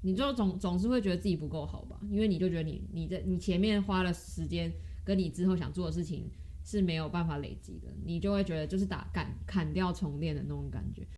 你就总是会觉得自己不够好吧，因为你就觉得你前面花了时间跟你之后想做的事情是没有办法累积的，你就会觉得就是砍掉重练的那种感觉。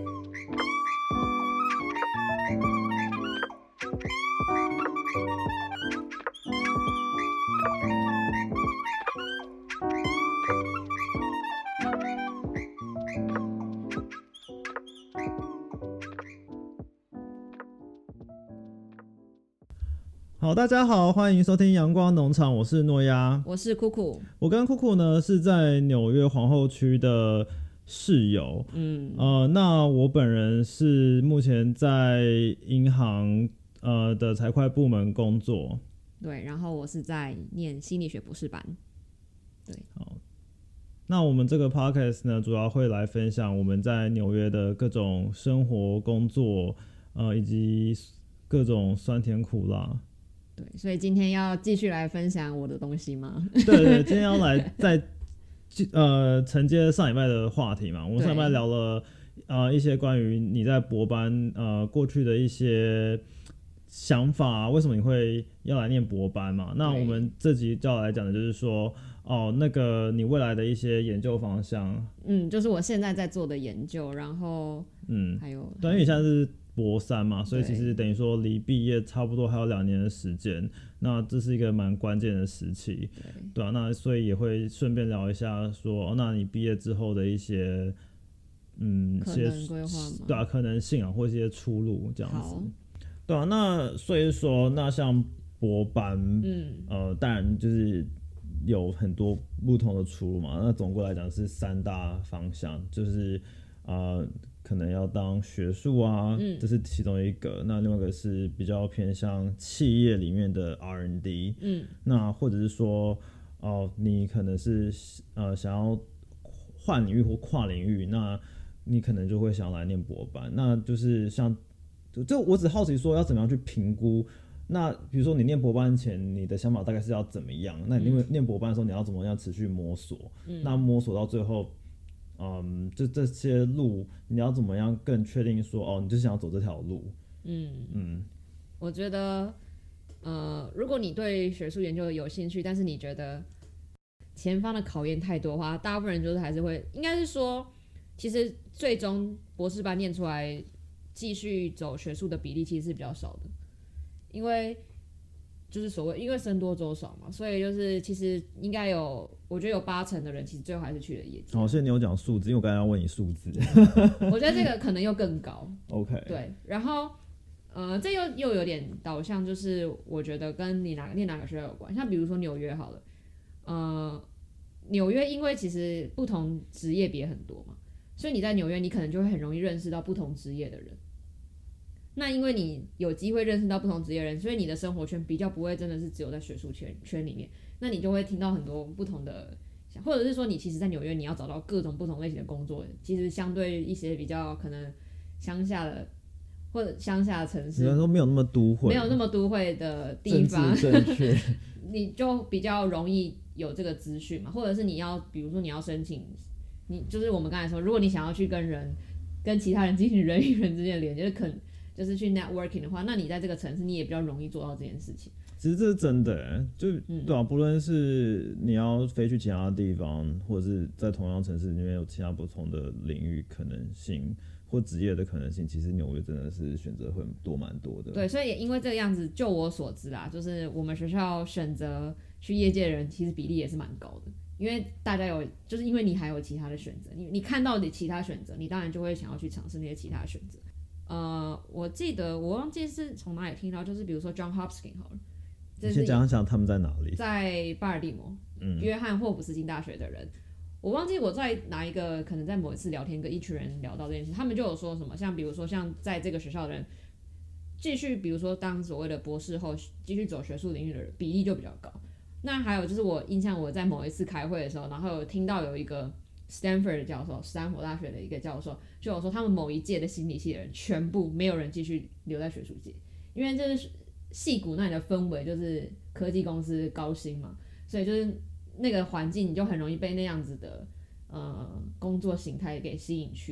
好，大家好，欢迎收听阳光农场，我是诺亚， 我是酷酷。 我跟酷酷呢是在纽约皇后区的室友，那我本人是目前在银行的财会部门工作， 对，然后我是在念心理学博士班，对。 好，那我们这个 podcast 呢，主要会来分享我们在纽约的各种生活、工作，以及各种酸甜苦辣。 对，所以今天要继续来分享我的东西吗？ 对，今天要来再承接上礼拜的话题嘛，我们上礼拜聊了一些关于你在博班过去的一些想法，为什么你会要来念博班嘛？那我们这集就要来讲的就是说，那个你未来的一些研究方向， 就是我现在在做的研究，然后还有对，因为你现在是博3嘛，所以其实等于说离毕业差不多还有2年的时间，那这是一个蛮关键的时期，对啊，那所以也会顺便聊一下说，那你毕业之后的一些可能规划吗？ 对啊，可能性啊，或一些出路这样子，对啊，那所以说，那像博班，当然就是有很多不同的出路嘛，那总归来讲是3大方向，就是可能要当学术啊，这是其中一个。那另外一个是比较偏向企业里面的 R&D，那或者是说，你可能是想要换领域或跨领域，那你可能就会想要来念博班。那就是像，就我只好奇说要怎么样去评估。那比如说你念博班前，你的想法大概是要怎么样？那你念博班的时候，你要怎么样持续摸索？那摸索到最后。就这些路，你要怎么样更确定说，你就想要走这条路？ 我觉得，如果你对学术研究有兴趣，但是你觉得前方的考验太多的话，大部分人就是还是会，应该是说，其实最终博士班念出来，继续走学术的比例其实是比较少的，因为就是因为生多粥少嘛，所以就是其实应该我觉得有80%的人其实最后还是去了业界。 谢谢你有讲数字，因为我刚才要问你数字。 我觉得这个可能又更高。 OK。 对，然后这又有点导向，就是我觉得跟你念哪个学校有关。像比如说纽约好了，纽约因为其实不同职业别很多嘛，所以你在纽约你可能就会很容易认识到不同职业的人。那因为你有机会认识到不同职业人，所以你的生活圈比较不会真的是只有在学术圈里面，那你就会听到很多不同的，或者是说你其实在纽约你要找到各种不同类型的工作，其实相对一些比较可能乡下的或者乡下的城市， 说没有那么都会的地方， 政治正确你就比较容易有这个资讯嘛，或者是比如说你要申请，你就是我们刚才说，如果你想要去跟其他人进行人与人之间的连接，就是去 networking 的话，那你在这个城市你也比较容易做到这件事情。 其实这是真的，就对啊，不论是你要飞去其他地方，或者是在同样城市里面有其他不同的领域可能性或职业的可能性，其实纽约真的是选择会蛮多的。 对，所以也因为这个样子，就我所知啦，就是我们学校选择去业界的人其实比例也是蛮高的，因为大家就是因为你还有其他的选择，你看到的其他选择，你当然就会想要去尝试那些其他选择。我记得我忘记是从哪里听到，就是比如说 John Hopkins 好了， 你先讲讲他们在哪里？ 在巴尔的摩，约翰霍普金大学的人，我忘记我在哪一个，可能在某一次聊天跟一群人聊到这件事，他们就有说什么，像比如说像在这个学校的人，继续比如说当所谓的博士后，继续走学术领域的人比例就比较高。那还有就是我印象我在某一次开会的时候，然后有听到有一个 Stanford 的教授，斯坦福大学的一个教授，就有说他们某一届的心理系的人全部没有人继续留在学术界，因为这是矽谷那里的氛围就是科技公司高薪嘛，所以就是那个环境你就很容易被那样子的工作形态给吸引去，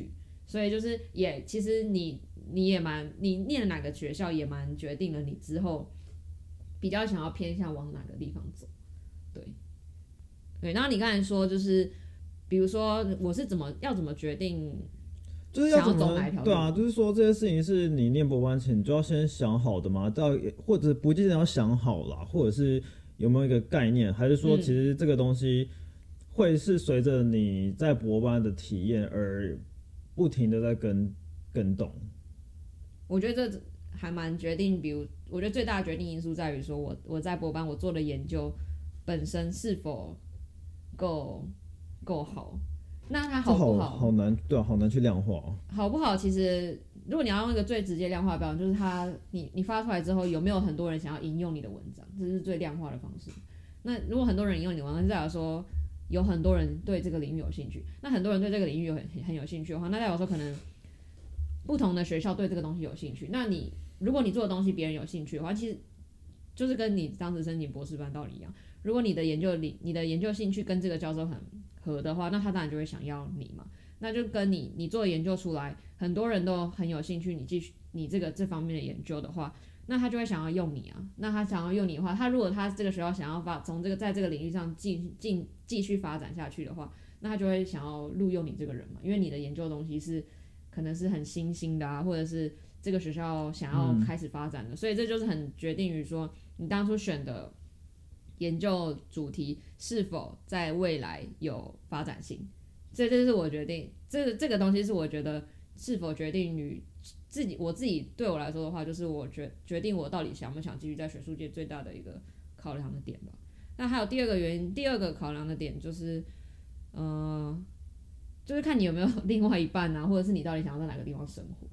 所以就是其实你念了哪个学校也蛮决定了你之后比较想要偏向往哪个地方走。对，然后你刚才说就是比如说我是怎么决定就是要怎么想要走哪一条路？ 对啊，就是说这些事情是你念博班前你就要先想好的吗？或者不一定要想好啦，或者是有没有一个概念，还是说其实这个东西会是随着你在博班的体验而不停的在跟动？ 我觉得这还蛮决定，比如我觉得最大的决定因素在于说我在博班我做的研究本身是否够好。那它好不好？ 好难，对啊，好难去量化好不好？其实，如果你要用一个最直接量化的标准，就是你发出来之后有没有很多人想要引用你的文章，这是最量化的方式。那如果很多人引用你的文章，就代表说有很多人对这个领域有兴趣。那很多人对这个领域很有兴趣的话，那代表说可能不同的学校对这个东西有兴趣。那如果你做的东西别人有兴趣的话，其实就是跟你当时申请博士班道理一样。如果你的研究兴趣跟这个教授很合的话，那他当然就会想要你嘛。那就跟你做的研究出来，很多人都很有兴趣，你这方面的研究的话，那他就会想要用你啊。那他想要用你的话，如果他这个学校想要从在这个领域上继续发展下去的话，那他就会想要录用你这个人嘛，因为你的研究的东西是可能是很新兴的啊，或者是这个学校想要开始发展的，所以这就是很决定于说你当初选的研究主题是否在未来有发展性。这是我决定这个东西是我觉得是否决定于我自己对我来说的话，就是我决定我到底想不想继续在学术界最大的一个考量的点吧。那还有第二个考量的点就是就是看你有没有另外一半啊，或者是你到底想要在哪个地方生活。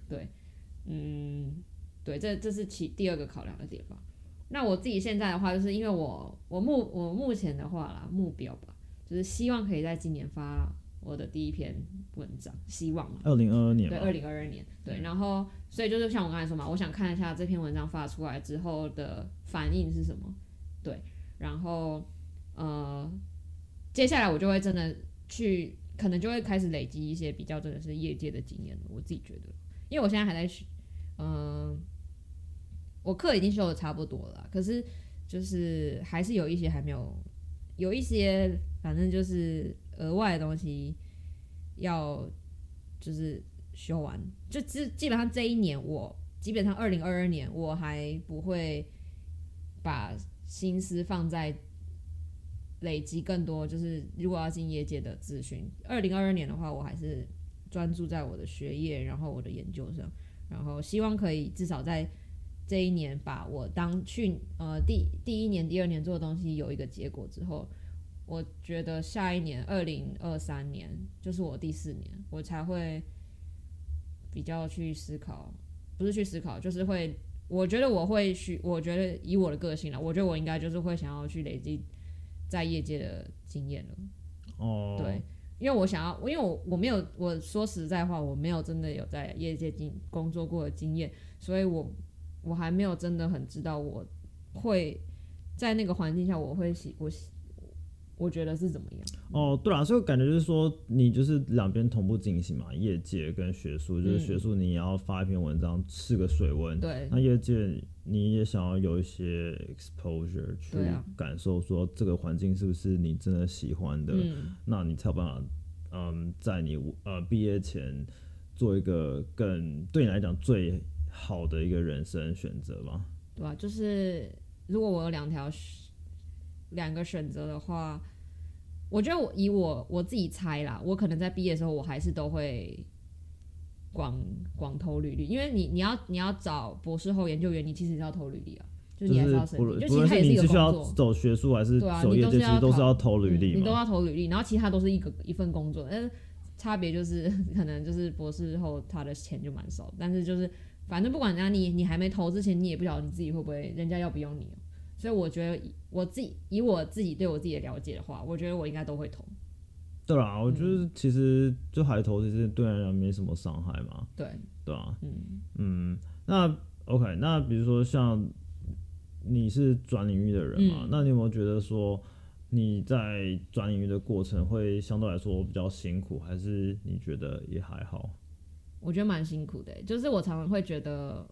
对，这是第二个考量的点吧。那我自己现在的话，就是因为我目前的话啦，目标吧，就是希望可以在今年发我的第一篇文章，希望嘛。 2022年。 对，2022年。对，然后所以就是像我刚才说嘛，我想看一下这篇文章发出来之后的反应是什么。对，然后接下来我就会真的可能就会开始累积一些比较真的是业界的经验了。我自己觉得，因为我现在还在我课已经修的差不多了啦，可是就是还是有一些还没有一些反正就是额外的东西要就是修完，就基本上这一年基本上2022年我还不会把心思放在累积更多就是如果要进业界的资讯。2022年的话我还是专注在我的学业然后我的研究上，然后希望可以至少在这一年把我第一年第二年做的东西有一个结果之后，我觉得下一年2023年就是我第4年，我才会比较去思考，不是去思考，就是会，我觉得以我的个性啦，我觉得我应该就是会想要去累积在业界的经验了。对，因为我没有，我说实在话，我没有真的有在业界工作过的经验，所以我还没有真的很知道我会在那个环境下我觉得是怎么样。 对啊，所以感觉就是说你就是两边同步进行嘛，业界跟学术，就是学术你也要发一篇文章试个水温， 对， 那业界你也想要有一些 exposure 去感受说这个环境是不是你真的喜欢的，那你才有办法在你毕业前做一个更对你来讲最好的一个人生选择吧。 对吧？就是如果我有两个选择的话，我觉得我自己猜啦，我可能在毕业的时候我还是都会广投履历，因为你要找博士后研究员，你其实是要投履历啊，就是你还是要申请，就其实它也是一个工作。不论是你是需要走学术还是走业界，其实都是要投履历嘛， 你都要投履历，然后其他都是一份工作，但是差别就是可能就是博士后他的钱就蛮少，但是就是反正不管怎样，你还没投之前，你也不晓得你自己会不会人家要不用你。所以我觉得以我自己对我自己的了解的话，我觉得我应该都会投。 对啦，我觉得其实就还投，其实对人来讲没什么伤害嘛。对啊，那 OK， 那比如说像你是转领域的人嘛，那你有没有觉得说你在转领域的过程会相对来说比较辛苦，还是你觉得也还好？ 我觉得蛮辛苦的，就是我常常会觉得，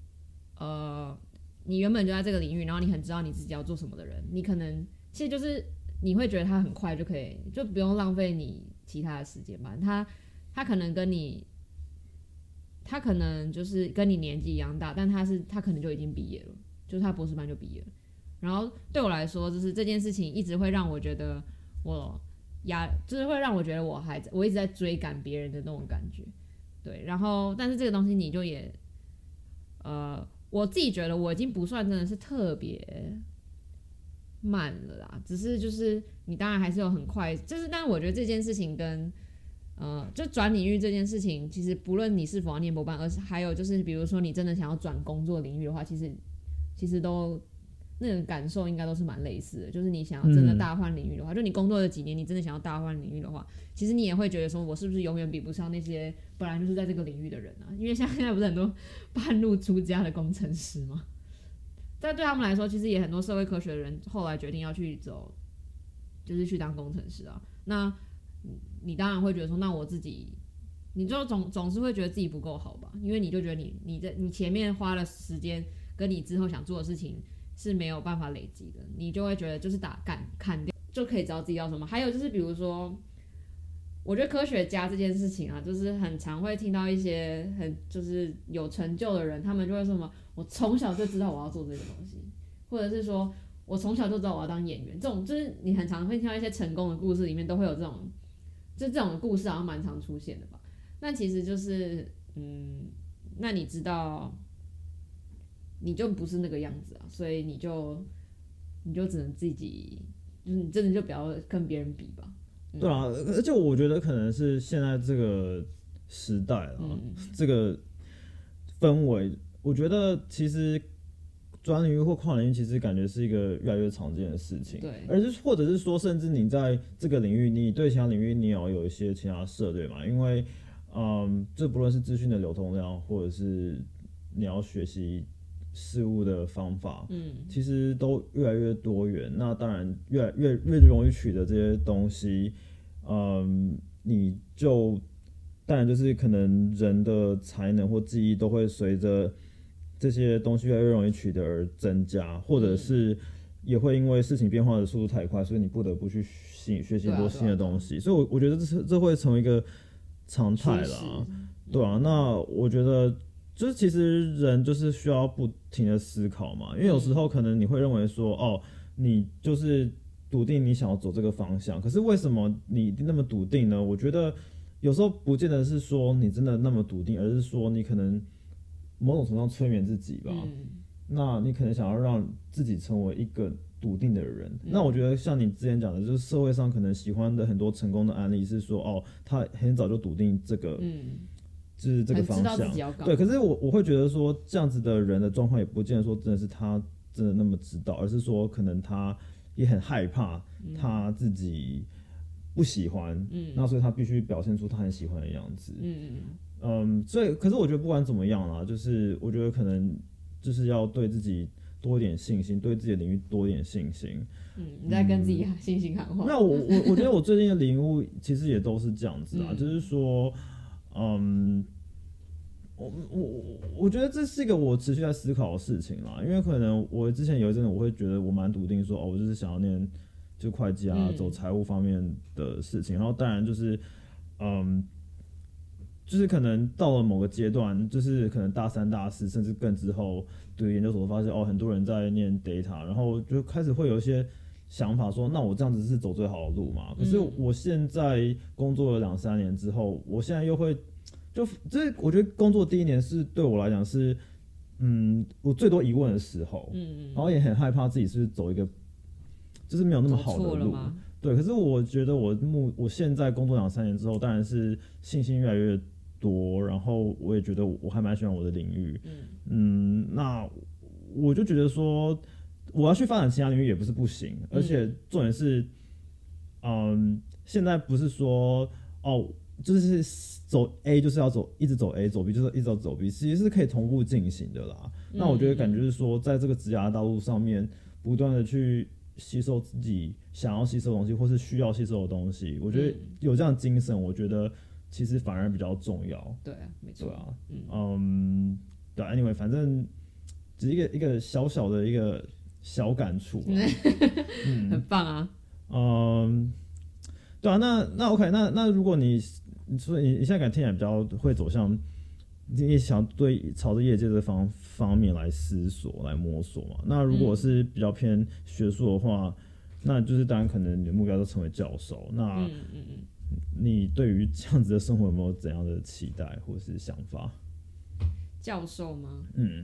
你原本就在这个领域，然后你很知道你自己要做什么的人，你可能其实就是你会觉得他很快就可以，就不用浪费你其他的时间吧。他可能跟你，他可能就是跟你年纪一样大，但他可能就已经毕业了，就是他博士班就毕业了。然后对我来说，就是这件事情一直会让我觉得就是会让我觉得我一直在追赶别人的那种感觉。对，然后但是这个东西你就也我自己觉得我已经不算真的是特别慢了啦，只是就是你当然还是有很快，就是但是我觉得这件事情跟就转领域这件事情，其实不论你是否要念博班，而是还有就是比如说你真的想要转工作领域的话，其实都那种感受应该都是蛮类似的，就是你想要真的大换领域的话，就你工作了几年，你真的想要大换领域的话，其实你也会觉得说我是不是永远比不上那些本来就是在这个领域的人啊？因为像现在不是很多半路出家的工程师吗？但对他们来说，其实也很多社会科学的人后来决定要去走，就是去当工程师啊。那你当然会觉得说，那我自己，你就总是会觉得自己不够好吧？因为你就觉得你前面花了时间，跟你之后想做的事情是没有办法累积的，你就会觉得就是砍掉就可以知道自己要什么。还有就是比如说，我觉得科学家这件事情啊，就是很常会听到一些就是有成就的人，他们就会说什么，我从小就知道我要做这个东西，或者是说我从小就知道我要当演员。这种就是你很常会听到一些成功的故事里面都会有这种故事好像蛮常出现的吧。那其实就是那你知道你就不是那个样子啊，所以你就只能自己，就是你真的就不要跟别人比吧。 对啊，而且我觉得可能是现在这个时代啦，这个氛围，我觉得其实专领域或跨领域其实感觉是一个越来越常见的事情。 对， 或者是说，甚至你在这个领域，你对其他领域你也要有一些其他涉猎嘛，因为这不论是资讯的流通量，或者是你要学习事物的方法，其实都越来越多元。那当然越容易取得这些东西，你就当然就是可能人的才能或记忆都会随着这些东西越来越容易取得而增加，或者是也会因为事情变化的速度太快，所以你不得不去学习很多新的东西。所以我觉得这会成为一个常态啦，对啊。那我觉得。就是其实人就是需要不停的思考嘛，因为有时候可能你会认为说，你就是笃定你想要走这个方向，可是为什么你那么笃定呢？我觉得有时候不见得是说你真的那么笃定，而是说你可能某种程度上催眠自己吧。那你可能想要让自己成为一个笃定的人。那我觉得像你之前讲的，就是社会上可能喜欢的很多成功的案例是说，他很早就笃定这个。就是这个方向，对。可是我会觉得说，这样子的人的状况也不见得说真的是他真的那么知道，而是说可能他也很害怕他自己不喜欢，那所以他必须表现出他很喜欢的样子，所以可是我觉得不管怎么样啦，就是我觉得可能就是要对自己多一点信心，对自己的领域多一点信心。 你在跟自己信心喊话。 那我觉得我最近的领悟其实也都是这样子啊，就是说。我觉得这是一个我持续在思考的事情啦，因为可能我之前有一阵子我会觉得我蛮笃定说，我就是想要念就会计啊，走财务方面的事情，然后当然就是就是可能到了某个阶段，就是可能大3、大4甚至更之后读研究所，发现很多人在念 data， 然后就开始会有一些想法说，那我这样子是走最好的路嘛？可是我现在工作了2、3年之后，我现在又会就是我觉得工作第1年是对我来讲是我最多疑问的时候，然后也很害怕自己是走一个就是没有那么好的路，对。可是我觉得我现在工作2、3年之后，当然是信心越来越多，然后我也觉得我还蛮喜欢我的领域，那我就觉得说。我要去发展其他领域也不是不行，而且重点是，现在不是说就是走 A 就是要一直走 A， 走 B 就是一直要走 B， 其实是可以同步进行的啦。那我觉得感觉是说，在这个职涯道路上面，不断的去吸收自己想要吸收的东西，或是需要吸收的东西，我觉得有这样的精神，我觉得其实反而比较重要。 对啊，没错。 对啊，对啊 ，anyway， 反正只是一个小小的一个小感触吧。 很棒啊。 对啊，那 OK，那如果所以你现在感觉听起来比较会走向，你想朝着业界这方面来思索、来摸索嘛？那如果是比较偏学术的话，那就是当然可能你的目标就成为教授。那你对于这样子的生活有没有怎样的期待或是想法？ 教授吗？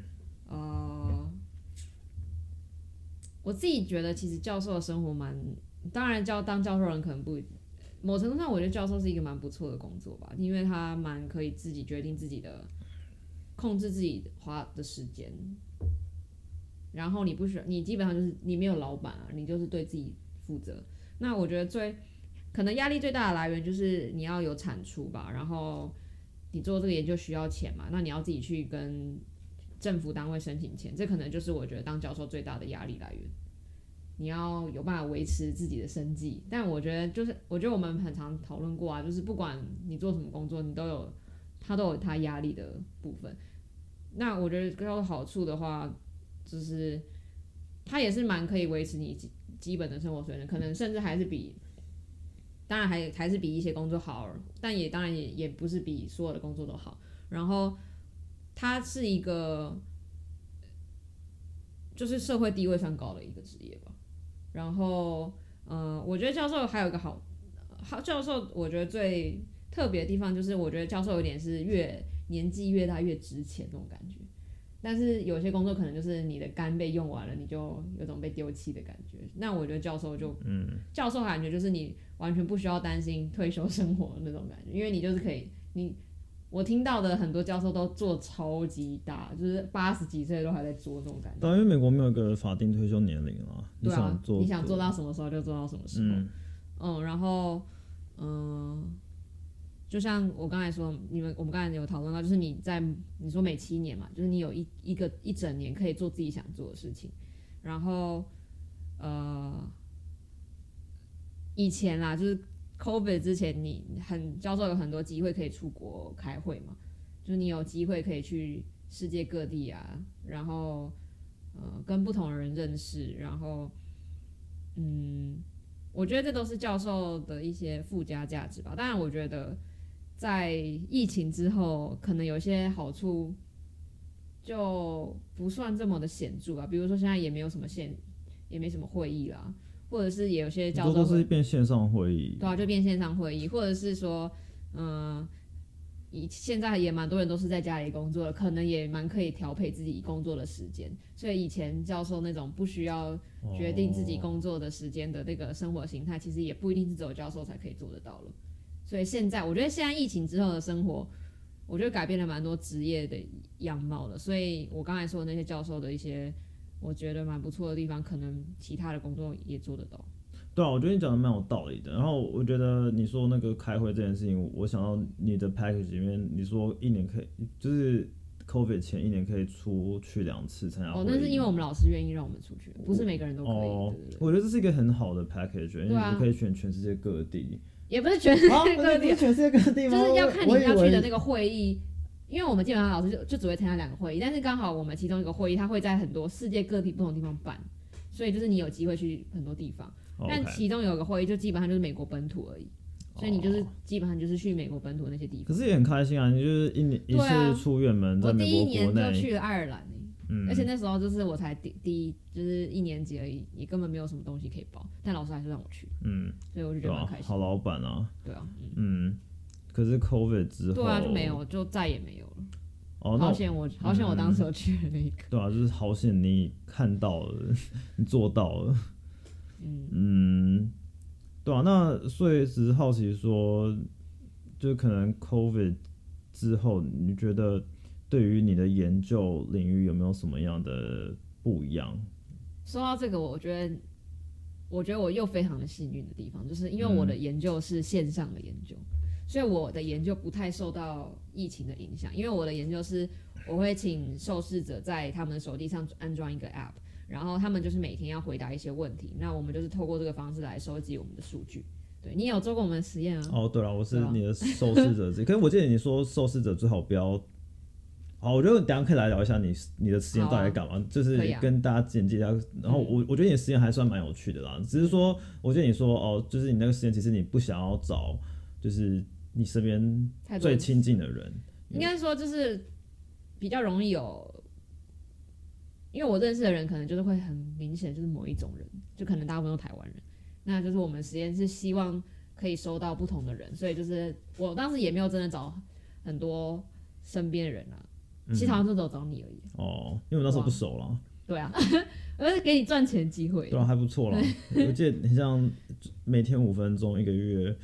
我自己觉得其实教授的生活当然当教授人可能不，某程度上我觉得教授是一个蛮不错的工作吧，因为他蛮可以自己决定控制自己花的时间，然后你基本上就是你没有老板啊，你就是对自己负责。那我觉得可能压力最大的来源就是你要有产出吧，然后你做这个研究需要钱嘛，那你要自己去跟政府单位申请钱，这可能就是我觉得当教授最大的压力来源。你要有办法维持自己的生计，但我觉得我们很常讨论过啊，就是不管你做什么工作，它都有它压力的部分。那我觉得教授好处的话，就是它也是蛮可以维持你基本的生活水准，可能甚至还是当然还是比一些工作好，但当然也不是比所有的工作都好。然后它是一个就是社会地位算高的一个职业吧。然后我觉得教授还有一个教授我觉得最特别的地方就是我觉得教授有点是年纪越大越值钱那种感觉。但是有些工作可能就是你的肝被用完了，你就有种被丢弃的感觉。那我觉得教授感觉就是你完全不需要担心退休生活的那种感觉，因为你就是可以我听到的很多教授都做超级大，就是80几岁都还在做这种感觉。 对，因为美国没有一个法定退休年龄啊。 对啊，你想做到什么时候就做到什么时候。然后就像我刚才说，我们刚才有讨论到，就是你说每7年嘛，就是你有一整年可以做自己想做的事情。然后以前啦，就是 COVID 之前，教授有很多机会可以出国开会嘛，就是你有机会可以去世界各地啊，然后跟不同的人认识，然后我觉得这都是教授的一些附加价值吧。当然，我觉得在疫情之后，可能有些好处就不算这么的显著吧。比如说现在也没什么会议啦，或者是也有些教授都是变线上会议。 对啊，就变线上会议，或者是说现在也蛮多人都是在家里工作的，可能也蛮可以调配自己工作的时间。所以以前教授那种不需要决定自己工作的时间的那个生活形态，其实也不一定是只有教授才可以做得到了。所以我觉得现在疫情之后的生活，我觉得改变了蛮多职业的样貌的。所以我刚才说的那些教授的一些我觉得蛮不错的地方，可能其他的工作也做得到。 对啊，我觉得你讲的蛮有道理的。然后我觉得你说那个开会这件事情，我想到你的 package 里面，你说1年可以，就是 COVID 前1年可以出去2次参加会议。 那是因为我们老师愿意让我们出去，不是每个人都可以。对， 我觉得这是一个很好的 package， 因为你可以选全世界各地。 也不是全世界各地， 全世界各地吗？ 就是要看你要去的那个会议。因为我们基本上老师就只会参加2个会议，但是刚好我们其中一个会议，它会在很多世界各地不同地方办，所以就是你有机会去很多地方。但其中有一个会议就基本上就是美国本土而已，所以你就是基本上就是去美国本土那些地方。 可是也很开心啊，你就是一次出远门，在美国国内。 我第1年就去了爱尔兰而且那时候就是我才就是1年级而已，也根本没有什么东西可以包，但老师还是让我去。所以我就觉得蛮开心。 好老板啊。 对啊。 可是 COVID 之后， 对啊，就没有，就再也没有了。好险我当时有去了那个。 对啊，就是好险你看到了，你做到了。对啊，那所以只是好奇说，就可能 COVID 之后，你觉得对于你的研究领域有没有什么样的不一样？ 说到这个，我觉得我又非常的幸运的地方，就是因为我的研究是线上的研究，所以我的研究不太受到疫情的影响。因为我的研究是我会请受试者在他们的手机上安装一个 app， 然后他们就是每天要回答一些问题，那我们就是透过这个方式来收集我们的数据。 对，你有做过我们的实验啊？ 哦，对了，我是你的受试者之一。可是我记得你说受试者最好不要。好，我觉得等一下可以来聊一下你的实验到底在干嘛，就是跟大家简介一下。然后我觉得你的实验还算蛮有趣的啦，只是说我记得你说哦，就是你那个实验其实你不想要找就是你身边最亲近的人， 应该说就是比较容易有，因为我认识的人可能就是会很明显就是某一种人，就可能大部分都台湾人，那就是我们实验是希望可以收到不同的人，所以就是我当时也没有真的找很多身边的人啊。其实好像就只有找你而已。 哦，因为我那时候不熟啦。 对啊，我是给你赚钱机会。 对啊，还不错啦。我记得很像每天5分钟，1个月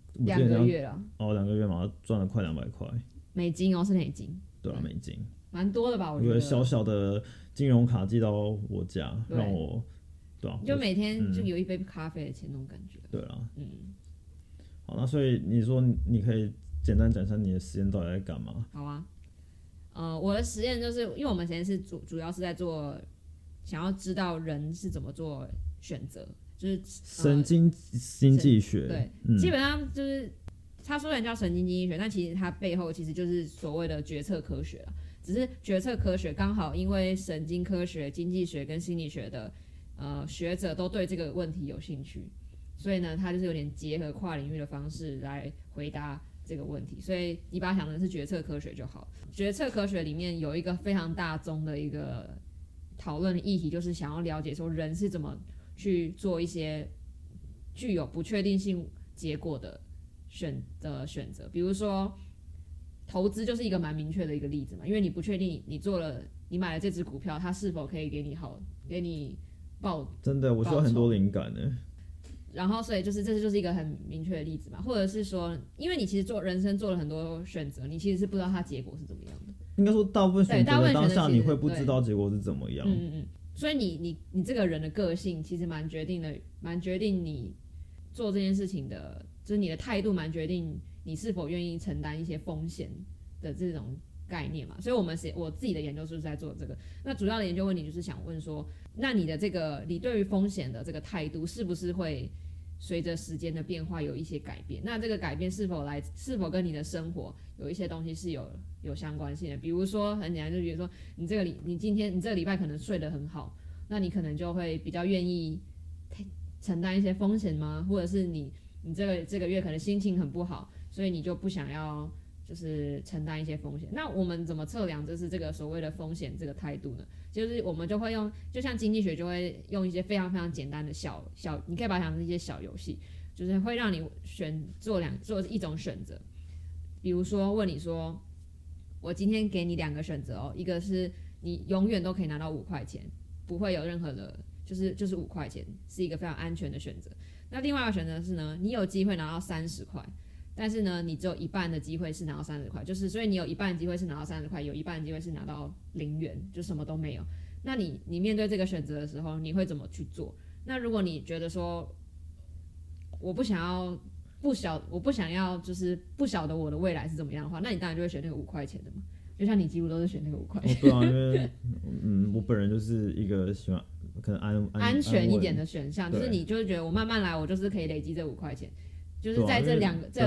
，2个月了。 哦，2个月嘛，赚了快200块。 美金哦，是美金。 对啊，美金。 蛮多的吧？我觉得。小小的金融卡寄到我家，让我，对啊， 就每天就有一杯咖啡的钱那种感觉。 对啦，好，那所以你说你可以简单讲一下你的实验到底在干嘛？ 好啊。我的实验就是因为我们实验室主要是在做，想要知道人是怎么做选择，就是神经经济学。 对，基本上就是它虽然叫神经经济学，但其实它背后其实就是所谓的决策科学了。只是决策科学刚好因为神经科学、经济学跟心理学的学者都对这个问题有兴趣，所以呢，它就是有点结合跨领域的方式来回答这个问题，所以你把它想成是决策科学就好。决策科学里面有一个非常大宗的一个讨论的议题，就是想要了解说人是怎么去做一些具有不确定性结果的选择。比如说投资就是一个蛮明确的一个例子嘛，因为你不确定你买了这只股票，它是否可以给你报。 真的，我需要很多灵感呢。 然后，所以这就是一个很明确的例子嘛，或者是说，因为你其实人生做了很多选择，你其实是不知道它结果是怎么样的。 应该说，大部分选择的当下，你会不知道结果是怎么样。 所以你这个人的个性其实蛮决定你做这件事情的，就是你的态度蛮决定你是否愿意承担一些风险的这种概念嘛。所以我自己的研究就是在做这个。那主要的研究问题就是想问说，那你的你对于风险的这个态度是不是会随着时间的变化有一些改变？那这个改变是否跟你的生活有一些东西是有相关性的？比如说很简单，就比如说你这个礼拜可能睡得很好，那你可能就会比较愿意承担一些风险吗？或者是你这个月可能心情很不好，所以你就不想要就是承担一些风险。那我们怎么测量就是这个所谓的风险这个态度呢？就是我们就会就像经济学就会用一些非常非常简单的小，你可以把它想成一些小游戏，就是会让你做一种选择。比如说问你说，我今天给你2个选择哦，一个是你永远都可以拿到5块钱，不会有任何的，就是5块钱是一个非常安全的选择。那另外一个选择是呢，你有机会拿到30块。但是呢，你只有一半的机会是拿到30块，就是所以你有一半的机会是拿到30块，有一半的机会是拿到0元，就什么都没有。那你面对这个选择的时候，你会怎么去做？那如果你觉得说我不想要，就是不晓得我的未来是怎么样的话，那你当然就会选那个5块钱的嘛。就像你几乎都是选那个5块钱。 对啊，因为我本人就是一个喜欢可能安全一点的选项，就是你就是觉得我慢慢来，我就是可以累积这5块钱。就是在这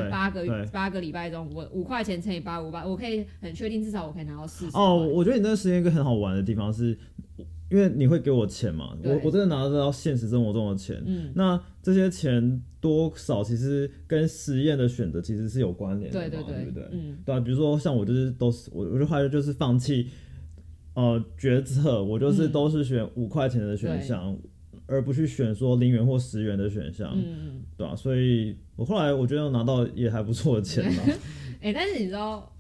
8个礼拜中，我5块钱乘以8，我可以很确定，至少我可以拿到40块。 哦，我觉得你那个实验一个很好玩的地方是，因为你会给我钱嘛，我真的拿得到现实生活中的钱。那这些钱多少其实跟实验的选择其实是有关联的嘛，对不对？对啊，比如说像我就是我就后来就是放弃决策，我就是都是选5块钱的选项。而不去选说0元或10元的选项，对吧？所以我后来我觉得拿到也还不错的钱嘛。 但是你知道，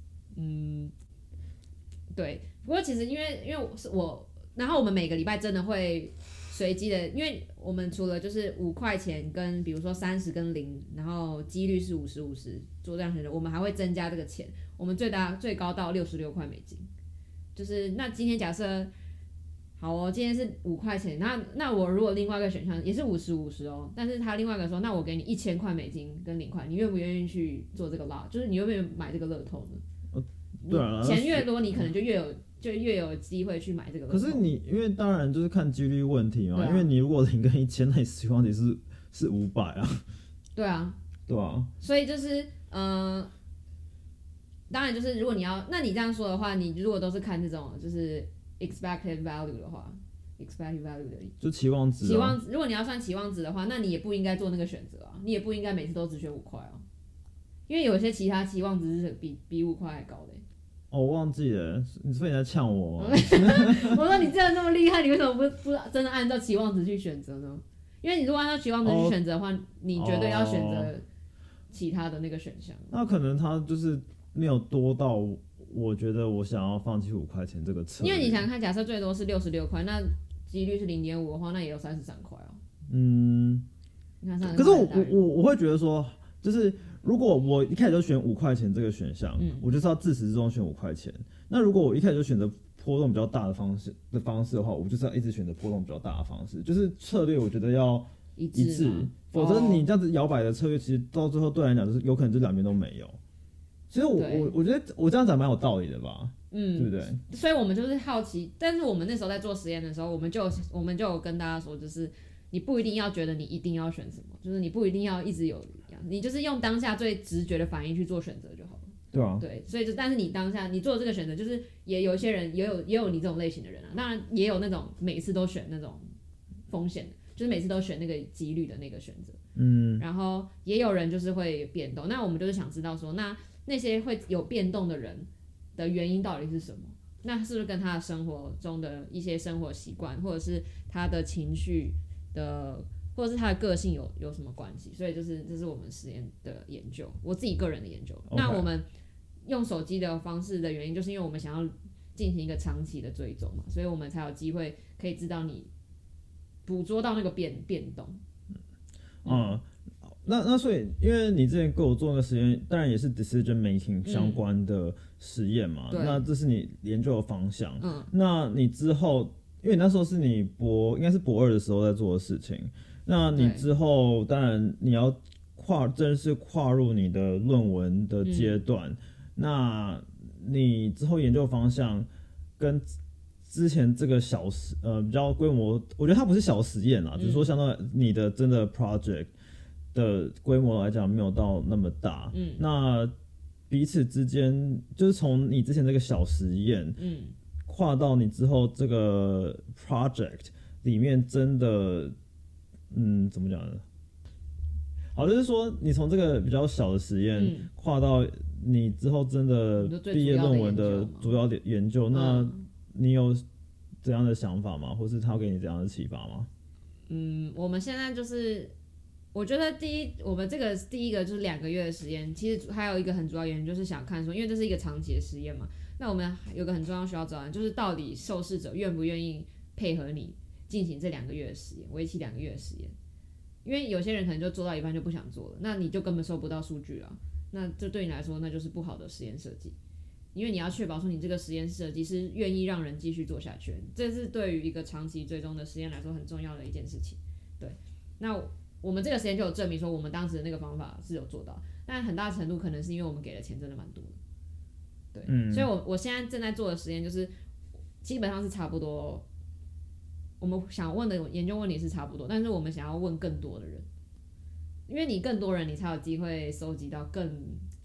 对，不过其实因为然后我们每个礼拜真的会随机的，因为我们除了就是5块钱跟比如说30跟0，然后几率是50-50做这样选择，我们还会增加这个钱，我们最高到66块美金。就是那今天假设。好哦，今天是5块钱，那我如果另外一个选项也是50-50哦，但是他另外一个说，那我给你1000块美金跟0块，你愿不愿意去做这个lot？就是你愿不愿意买这个乐透呢？ 对啊， 钱越多，你可能就越有机会去买这个乐透。 可是因为当然就是看几率问题嘛，因为你如果0跟1000，那你实际上是500啊。 对啊， 对啊， 所以就是当然就是如果你要，那你这样说的话，你如果都是看这种就是 expected value 的话，expected value 的就期望值、啊。 期望值，如果你要算期望值的话，那你也不应该做那个选择啊，你也不应该每次都只选5块啊，因为有些其他期望值是比5块还高的、欸。 哦，我忘记了，所以你在呛我吗？ 我说你真的那么厉害，你为什么不真的按照期望值去选择呢？因为你如果按照期望值去选择的话，你绝对要选择其他的那个选项。 那可能他就是没有多到我觉得我想要放弃5块钱这个策略。 因为你想看，假设最多是66块，那几率是0.5的话，那也有33块哦。你看可是我会觉得说，就是如果我一开始就选5块钱这个选项，我就是要自始至终选5块钱。那如果我一开始就选择波动比较大的方式的话，我就是要一直选择波动比较大的方式，就是策略我觉得要一致，否则你这样子摇摆的策略，其实到最后对来讲就是有可能这两边都没有。其实我觉得我这样讲蛮有道理的吧，对不对？ 所以我们就是好奇，但是我们那时候在做实验的时候，我们就有跟大家说，就是你不一定要觉得你一定要选什么，就是你不一定要一直有，你就是用当下最直觉的反应去做选择就好了。 对啊， 对，所以但是你当下你做这个选择，就是也有一些人也有你这种类型的人啊，当然也有那种每次都选那种风险的，就是每次都选那个几率的那个选择，然后也有人就是会变动，那我们就是想知道说，那些会有变动的人的原因到底是什么？那是不是跟他的生活中的一些生活习惯，或者是他的情绪的，或者是他的个性有什么关系？所以这是我们实验的研究，我自己个人的研究。那我们用手机的方式的原因，就是因为我们想要进行一个长期的追踪嘛，所以我们才有机会可以知道你捕捉到那个变动。 那所以，因为你之前给我做那个实验，当然也是 decision making 相关的实验嘛，那这是你研究的方向。那你之后，因为你那时候是你应该是博2的时候在做的事情，那你之后当然你要正式跨入你的论文的阶段，那你之后研究方向跟之前这个比较规模，我觉得它不是小实验啦，只是说相当于你的真的 project 的规模来讲没有到那么大，那彼此之间就是从你之前这个小实验，跨到你之后这个 project 里面真的，怎么讲呢？好，就是说你从这个比较小的实验跨到你之后真的毕业论文的主要的研究，那你有怎样的想法吗？或是他给你怎样的启发吗？ 我们现在就是。我觉得我们这个第一个就是2个月的实验，其实还有一个很主要原因就是想看说，因为这是一个长期的实验嘛，那我们有个很重要需要找的就是到底受试者愿不愿意配合你进行这2个月的实验，为期2个月的实验。因为有些人可能就做到一半就不想做了，那你就根本收不到数据了，那这对你来说那就是不好的实验设计。因为你要确保说你这个实验设计是愿意让人继续做下去，这是对于一个长期追踪的实验来说很重要的一件事情。对，那我们这个实验就有证明说，我们当时的那个方法是有做到，但很大程度可能是因为我们给的钱真的蛮多的，对，所以我现在正在做的实验就是基本上是差不多，我们想问的研究问题是差不多，但是我们想要问更多的人，因为你更多人，你才有机会收集到更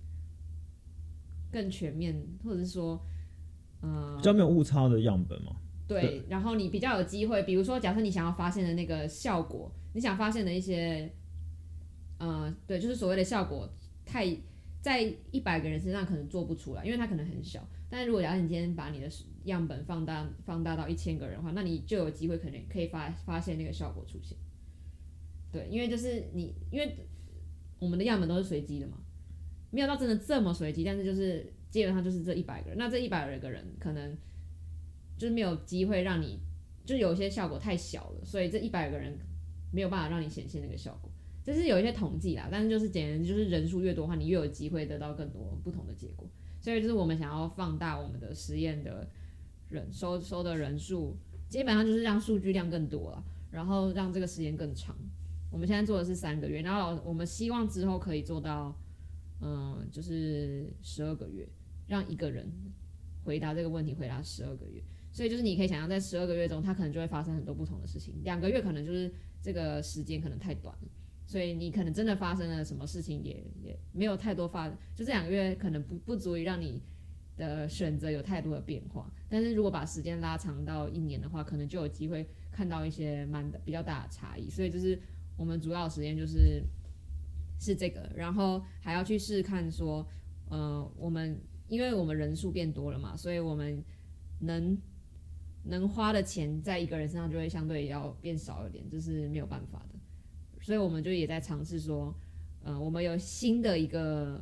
全面，或者是说， 比较没有误差的样本嘛。 对，然后你比较有机会，比如说，假设你想要发现的那个效果，你想发现的一些，对，就是所谓的效果，在100个人身上可能做不出来，因为它可能很小。但是如果假设你今天把你的样本放大到1000个人的话，那你就有机会可能可以发现那个效果出现。对，因为就是因为我们的样本都是随机的嘛，没有到真的这么随机，但是就是基本上就是这100个人，那这100个人可能。就是没有机会让你，就有些效果太小了，所以这100个人没有办法让你显现那个效果。这是有一些统计啦，但是就是简言就是人数越多的话，你越有机会得到更多不同的结果。所以就是我们想要放大我们的实验的收的人数，基本上就是让数据量更多了，然后让这个时间更长。我们现在做的是3个月，然后我们希望之后可以做到，就是12个月，让一个人回答这个问题回答12个月。所以就是你可以想象，在12个月中，它可能就会发生很多不同的事情。2个月可能就是这个时间可能太短了， 所以你可能真的发生了什么事情也没有太多就这2个月可能不足以让你的选择有太多的变化。但是如果把时间拉长到1年的话，可能就有机会看到一些比较大的差异。所以就是我们主要的实验是这个，然后还要去试看说，因为我们人数变多了嘛，所以我们能花的钱在一个人身上就会相对要变少一点，这是没有办法的。所以我们就也在尝试说，我们有新的一个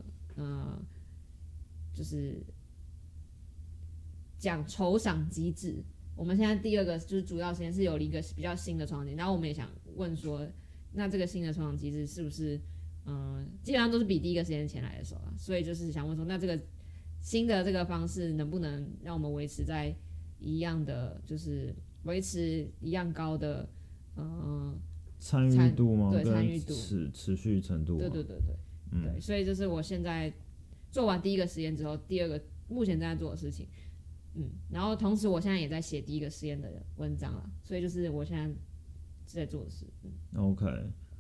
就是讲酬赏机制。我们现在第2个就是主要实验是有一个比较新的酬赏机制，然后我们也想问说，那这个新的酬赏机制是不是基本上都是比第1个实验前来的少啊？所以就是想问说，那这个新的这个方式能不能让我们维持在一样的，就是维持一样高的参与度吗？ 对，参与度、 持续程度。 对，对，所以这是我现在做完第1个实验之后，第2个目前正在做的事情。然后同时我现在也在写第1个实验的文章啦，所以就是我现在在做的事。 OK，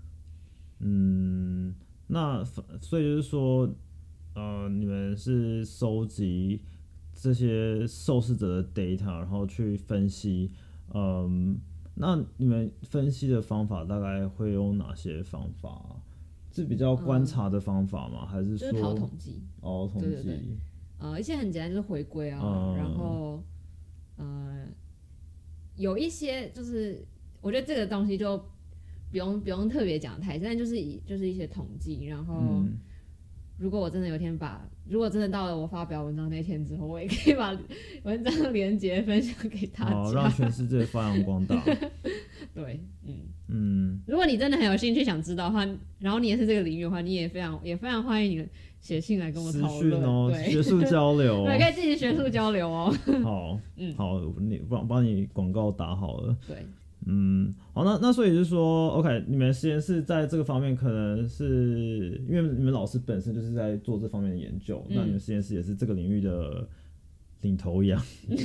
那所以就是说，你们是收集这些受试者的 data， 然后去分析，那你们分析的方法大概会用哪些方法啊？是比较观察的方法吗？还是说就是跑统计？ 统计。 对，一些很简单，就是回归啊，然后有一些就是我觉得这个东西就不用特别讲太，但就是一些统计，然后如果我真的有一天如果真的到了我发表文章那天之后，我也可以把文章的连结分享给大家， 让全世界发扬光大。 对，如果你真的很有兴趣想知道的话，然后你也是这个领域的话，你也非常欢迎你写信来跟我讨论哦，学术交流， 对，可以进行学术交流哦。 好，好，你帮你广告打好了。 对， 好，那所以就是说 ，OK， 你们实验室在这个方面可能是因为你们老师本身就是在做这方面的研究，那你们实验室也是这个领域的领头羊。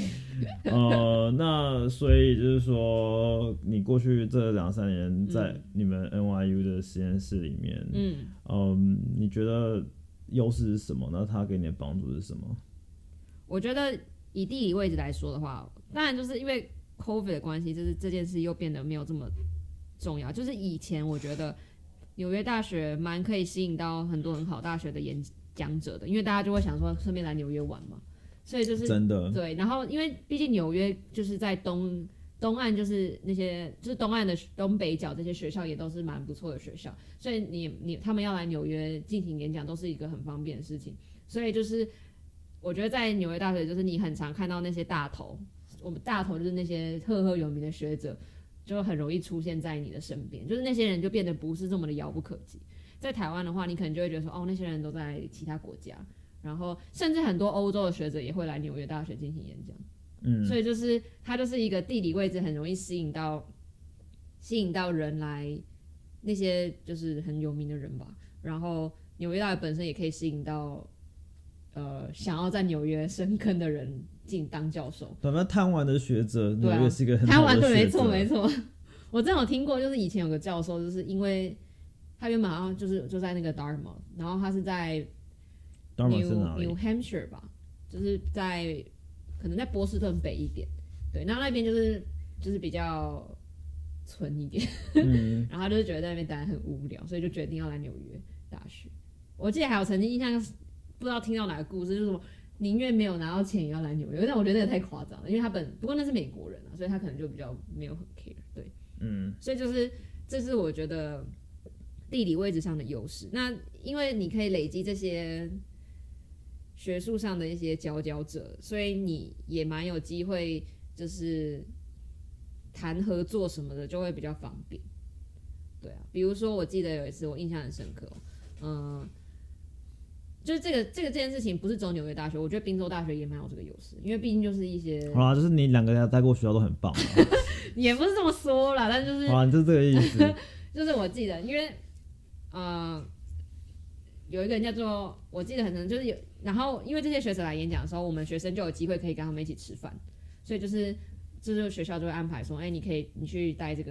那所以就是说，你过去这2-3年在你们 NYU 的实验室里面，你觉得优势是什么？那它给你的帮助是什么？ 我觉得以地理位置来说的话，当然就是因为 COVID 的关系，就是这件事又变得没有这么重要。就是以前我觉得纽约大学蛮可以吸引到很多很好大学的演讲者的，因为大家就会想说顺便来纽约玩嘛，所以就是真的对。然后因为毕竟纽约就是在东岸，就是那些就是东岸的东北角这些学校也都是蛮不错的学校，所以他们要来纽约进行演讲都是一个很方便的事情。所以就是我觉得在纽约大学，就是你很常看到那些大头，我们大头就是那些赫赫有名的学者，就很容易出现在你的身边，就是那些人就变得不是这么的遥不可及。在台湾的话，你可能就会觉得说，哦，那些人都在其他国家，然后甚至很多欧洲的学者也会来纽约大学进行演讲。所以就是它就是一个地理位置很容易吸引到人来，那些就是很有名的人吧。然后纽约大学本身也可以吸引到想要在纽约深耕的人进当教授。 对，那贪玩的学者，纽约是一个很好的学者。 贪玩，对，没错。我真有听过，就是以前有个教授，就是因为他原本好像就在那个 Dartmouth， 然后他是在 New Hampshire 吧，就是可能在波士顿北一点，对，那边就是比较村一点，然后他就是觉得在那边待得很无聊，所以就决定要来纽约大学。我记得还有曾经印象，不知道听到哪个故事，就是什么宁愿没有拿到钱也要来纽约，但我觉得那个太夸张了，因为他不过那是美国人啊，所以他可能就比较没有很 care， 对，所以这是我觉得地理位置上的优势。那因为你可以累积这些学术上的一些佼佼者，所以你也蛮有机会，就是谈合作什么的就会比较方便。对啊，比如说我记得有一次我印象很深刻就是这件事情不是走纽约大学，我觉得宾州大学也蛮有这个优势，因为毕竟就是一些好啦，就是你2个待过学校都很棒也不是这么说啦，但就是好啦，就是这个意思就是我记得，因为有一个人叫做我记得很深，就是然后因为这些学者来演讲的时候，我们学生就有机会可以跟他们一起吃饭，所以就是学校就会安排说，你去带这个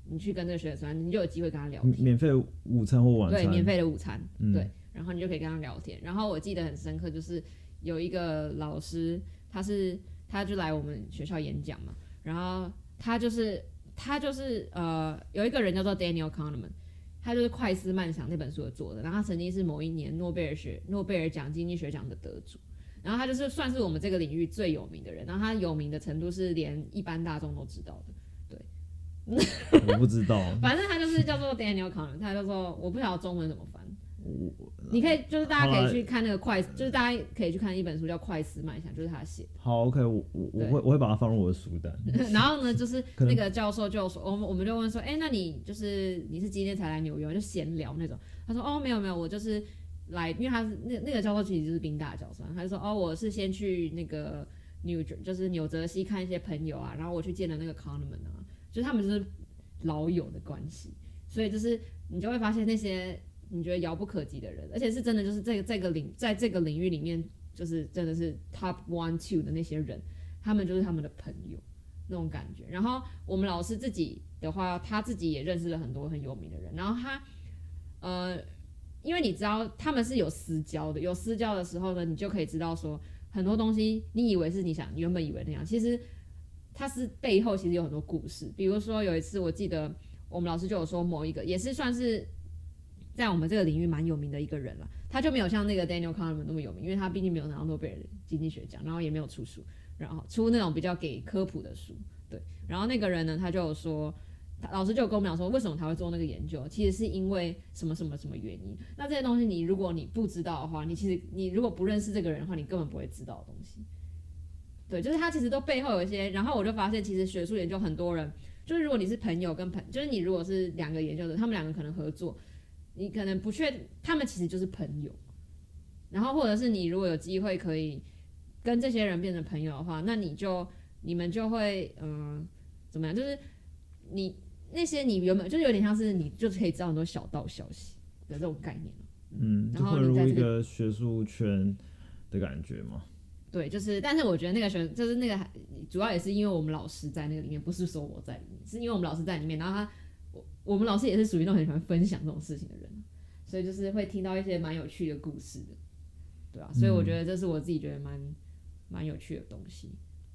你去跟这个学者吃饭，你就有机会跟他聊天。 免费午餐或晚餐？ 对，免费的午餐，对，然后你就可以跟他聊天。然后我记得很深刻，就是有一个老师，他就来我们学校演讲嘛，然后他就是有一个人叫做 Daniel Kahneman， 他就是《快思慢想》那本书的作者，然后他曾经是某一年诺贝尔奖经济学奖的得主。然后他就是算是我们这个领域最有名的人，然后他有名的程度是连一般大众都知道的。 我不知道， 反正他就是叫做 Daniel Kahneman， 他叫做我不晓得中文怎么翻。你可以就是大家可以去看那个就是大家可以去看一本书叫《快思慢想》，就是他写的。 好 ，OK， 我会把它放入我的书单。 然后呢，就是那个教授就说，我们就问说，那你是今天才来纽约，就闲聊那种。他说，没有，我就是来，因为他是那个教授其实就是宾大教授，他就说，我是先去那个就是纽泽西看一些朋友啊，然后我去见了那个 Kahneman 啊，就是他们就是老友的关系，所以就是你就会发现那些你觉得遥不可及的人，而且是真的就是在这个领域里面，就是真的是 top 1、2的那些人，他们就是他们的朋友那种感觉。然后我们老师自己的话，他自己也认识了很多很有名的人，然后他因为你知道他们是有私交的，有私交的时候呢，你就可以知道说很多东西，你以为是你原本以为那样，其实它是背后其实有很多故事。比如说有一次我记得我们老师就有说，某一个也是算是在我们这个领域蛮有名的一个人了，他就没有像那个 Daniel Kahneman 那么有名，因为他毕竟没有拿到诺贝尔经济学奖，然后也没有出书，然后出那种比较给科普的书，对。然后那个人呢，他就有说，老师就有跟我们讲说，为什么他会做那个研究，其实是因为什么什么什么原因。那这些东西如果你不知道的话，你如果不认识这个人的话，你根本不会知道的东西。对，就是他其实都背后有一些，然后我就发现，其实学术研究很多人，就是如果你是朋友就是你如果是两个研究者，他们两个可能合作，你可能不他们其实就是朋友。然后或者是你如果有机会可以跟这些人变成朋友的话，那你们就会怎么样？就是那些你原本就有点像是你就可以知道很多小道消息的这种概念。 就混入一个学术圈的感觉嘛。 对，就是，但是我觉得那个就是那个主要也是因为我们老师在那个里面，不是说我在里面，是因为我们老师在里面，然后我们老师也是属于那种很喜欢分享这种事情的人，所以就是会听到一些蛮有趣的故事的，对啊，所以我觉得这是我自己觉得蛮有趣的东西。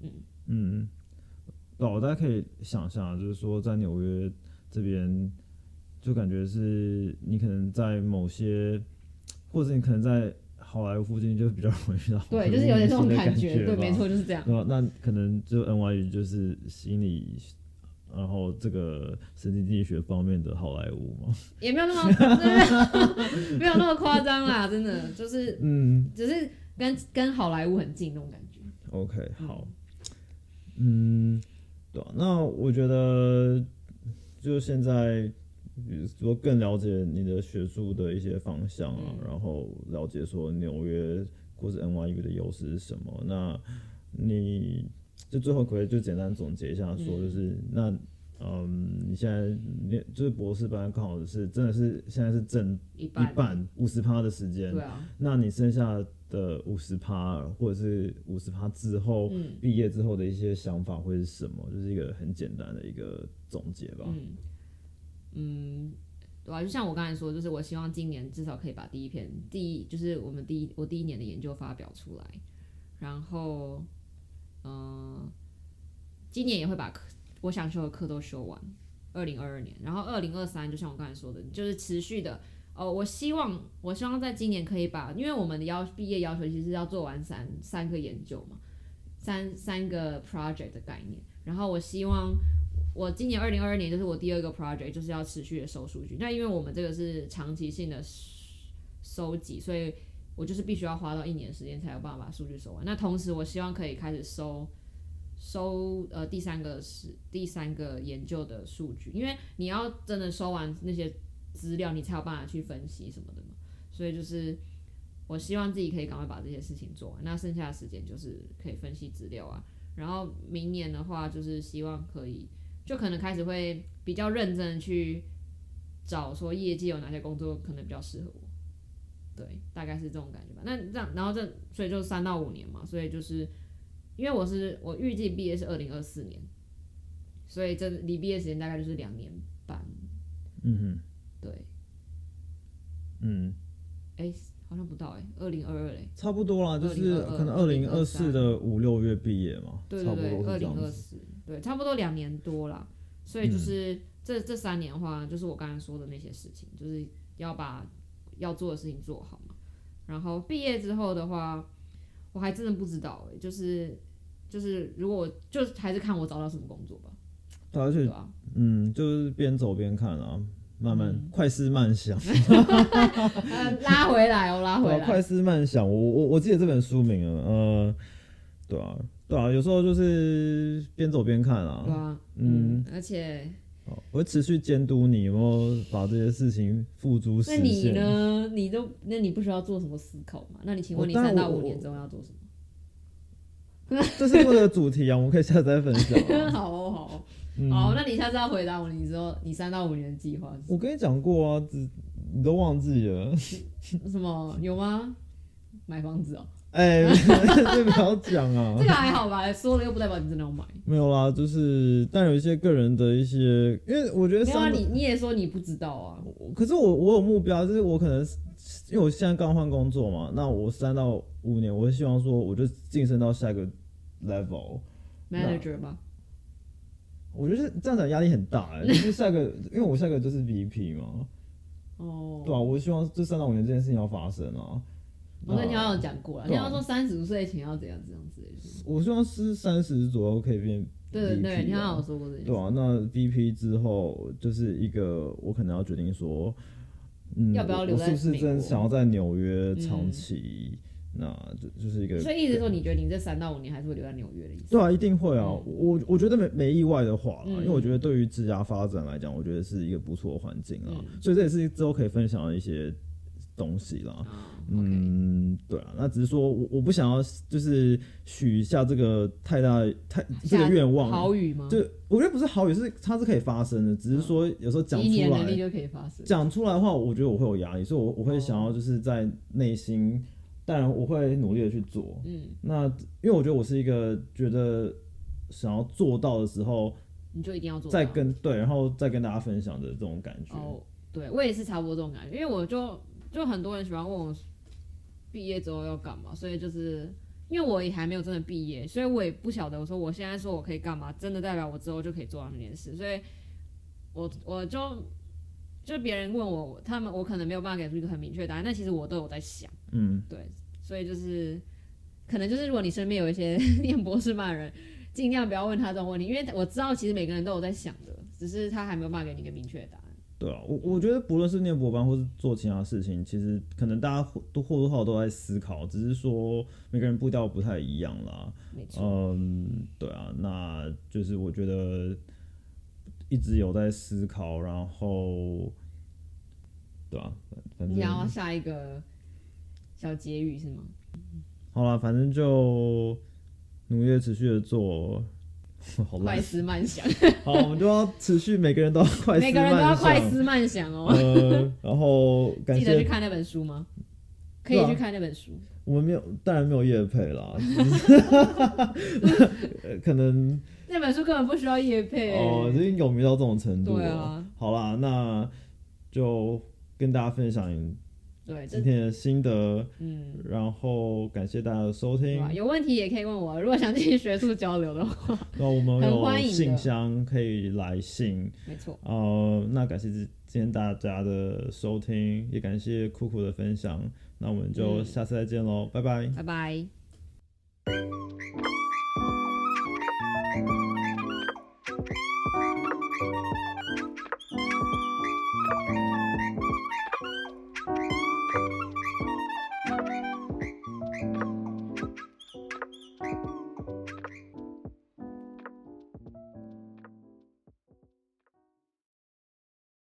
我大家可以想象，就是说在纽约这边，就感觉是你可能在某些，或者你可能在好莱坞附近就比较容易遇到， 对，就是有点这种感觉，对，没错，就是这样。 那可能就 NYU 就是心理，然后这个神经经济学方面的好莱坞嘛， 也没有那么没有那么夸张啦，真的就是只是跟好莱坞很近那种感觉。 OK， 好，对啊，那我觉得就现在。比如说更了解你的学术的一些方向啊，然后了解说纽约或是 NYU 的优势是什么。那你就最后可以就简单总结一下说，就是你现在就是博士班刚好是真的是现在是挣一半50%的时间， 对啊， 那你剩下的50%或者是50%之后毕业之后的一些想法会是什么？就是一个很简单的一个总结吧。 对啊，就像我刚才说，就是我希望今年至少可以把就是我第一年的研究发表出来，然后今年也会把我想修的课都修完，2022年，然后2023就像我刚才说的，就是持续的我希望在今年可以把，因为我们的毕业要求其实要做完三个研究嘛，三个 project 的概念，然后我希望。我今年2022年就是我第2个 project， 就是要持续的收数据。那因为我们这个是长期性的收集，所以我就是必须要花到1年的时间才有办法把数据收完。那同时，我希望可以开始收第三个研究的数据，因为你要真的收完那些资料，你才有办法去分析什么的嘛。所以就是我希望自己可以赶快把这些事情做完。那剩下的时间就是可以分析资料啊。然后明年的话，就是希望可以。就可能开始会比较认真的去找说业界有哪些工作可能比较适合我，对，大概是这种感觉吧。那这样，然后所以就3到5年嘛，所以就是因为我预计毕业是2024年， 所以这离毕业时间大概就是2年半。 嗯哼， 对， 嗯， 好像不到2022嘞， 差不多啦，就是可能2024的5、6月毕业嘛， 对差不多是这样子。 2024，对，差不多2年多啦。所以就是这3年的话，就是我刚才说的那些事情，就是要把要做的事情做好嘛。然后毕业之后的话，我还真的不知道就是如果我就还是看我找到什么工作吧。 而且对啊， 就是边走边看啊，慢慢快思慢想。 拉回来哦，拉回来。 快思慢想，我记得这本书名了，对啊，有时候就是边走边看啊。 对啊，而且。 我会持续监督你有没有把这些事情付诸实现。 那你呢？那你不需要做什么思考吗？那你请问你3到5年之后要做什么？ 这是我的主题啊，我们可以下次再分享啊。 好哦，好哦，好，那你下次要回答我，你说你3到5年的计划是什么？ 我跟你讲过啊，你都忘记了。 什么？有吗？买房子哦。 这不要讲啊。 这个还好吧，说了又不代表你真的要买。 没有啦，就是但有一些个人的一些，因为我觉得没有啊，你也说你不知道啊。 可是我有目标，就是我可能因为我现在刚换工作嘛，那我3到5年，我会希望说我就晋升到下一个 level manager 吧。 我觉得这样讲压力很大就是下个，因为我下个就是 VP 嘛。对啊，我希望这3到5年这件事情要发生啊。 我跟你好像有讲过了，你要说30岁前要怎样之类的。 我希望是30左右可以变 VP。 对，你好像有说过这件事。 对啊，那 VP 之后就是一个我可能要决定说， 要不要留在美国？ 我是不是真想要在纽约长期？那就是一个。 所以意思说，你觉得你这3到5年还是会留在纽约的意思？ 对啊，一定会啊。我觉得没意外的话啦，因为我觉得对于职涯发展来讲，我觉得是一个不错的环境啦。所以这也是之后可以分享的一些东西啦。对啊，那只是说我不想要就是许下这个太这个愿望， 豪语吗？ 对，我觉得不是豪语，它是可以发生的，只是说有时候讲出来， 能力就可以发生。 讲出来的话，我觉得我会有压力，所以我会想要就是在内心，当然我会努力的去做。那因为我觉得我是一个觉得想要做到的时候， 你就一定要做到， 然后再跟大家分享的这种感觉。 对我也是差不多这种感觉，因为我就很多人喜欢问我毕业之后要干嘛，所以就是因为我也还没有真的毕业，所以我也不晓得我说我现在说我可以干嘛，真的代表我之后就可以做到那件事，所以我就别人问我我可能没有办法给出一个很明确的答案，但其实我都有在想。对，所以就是可能就是如果你身边有一些念博士班的人，尽量不要问他这种问题，因为我知道其实每个人都有在想的，只是他还没有办法给你一个明确的答案。 对啊，我觉得不论是念博班或是做其他事情，其实可能大家都或多或少都在思考，只是说每个人步调不太一样啦。 没错。 对啊，那就是我觉得一直有在思考，然后对啊，反正你要下一个小结语是吗？ 好啦，反正就努力持续的做。 快思慢想。 好，我们就要持续，每个人都要快思慢想哦。 然后感谢。 记得去看那本书吗？可以去看那本书。 我们当然没有业配啦。可能那本书根本不需要业配。 已经有名到这种程度了。 对啊。 好啦，那就跟大家分享今天的心得，然后感谢大家的收听。 有问题也可以问我，如果想继续学术交流的话， 那我们有信箱可以来信。 没错。 那感谢今天大家的收听，也感谢酷酷的分享。那我们就下次再见喽，拜拜。 拜拜。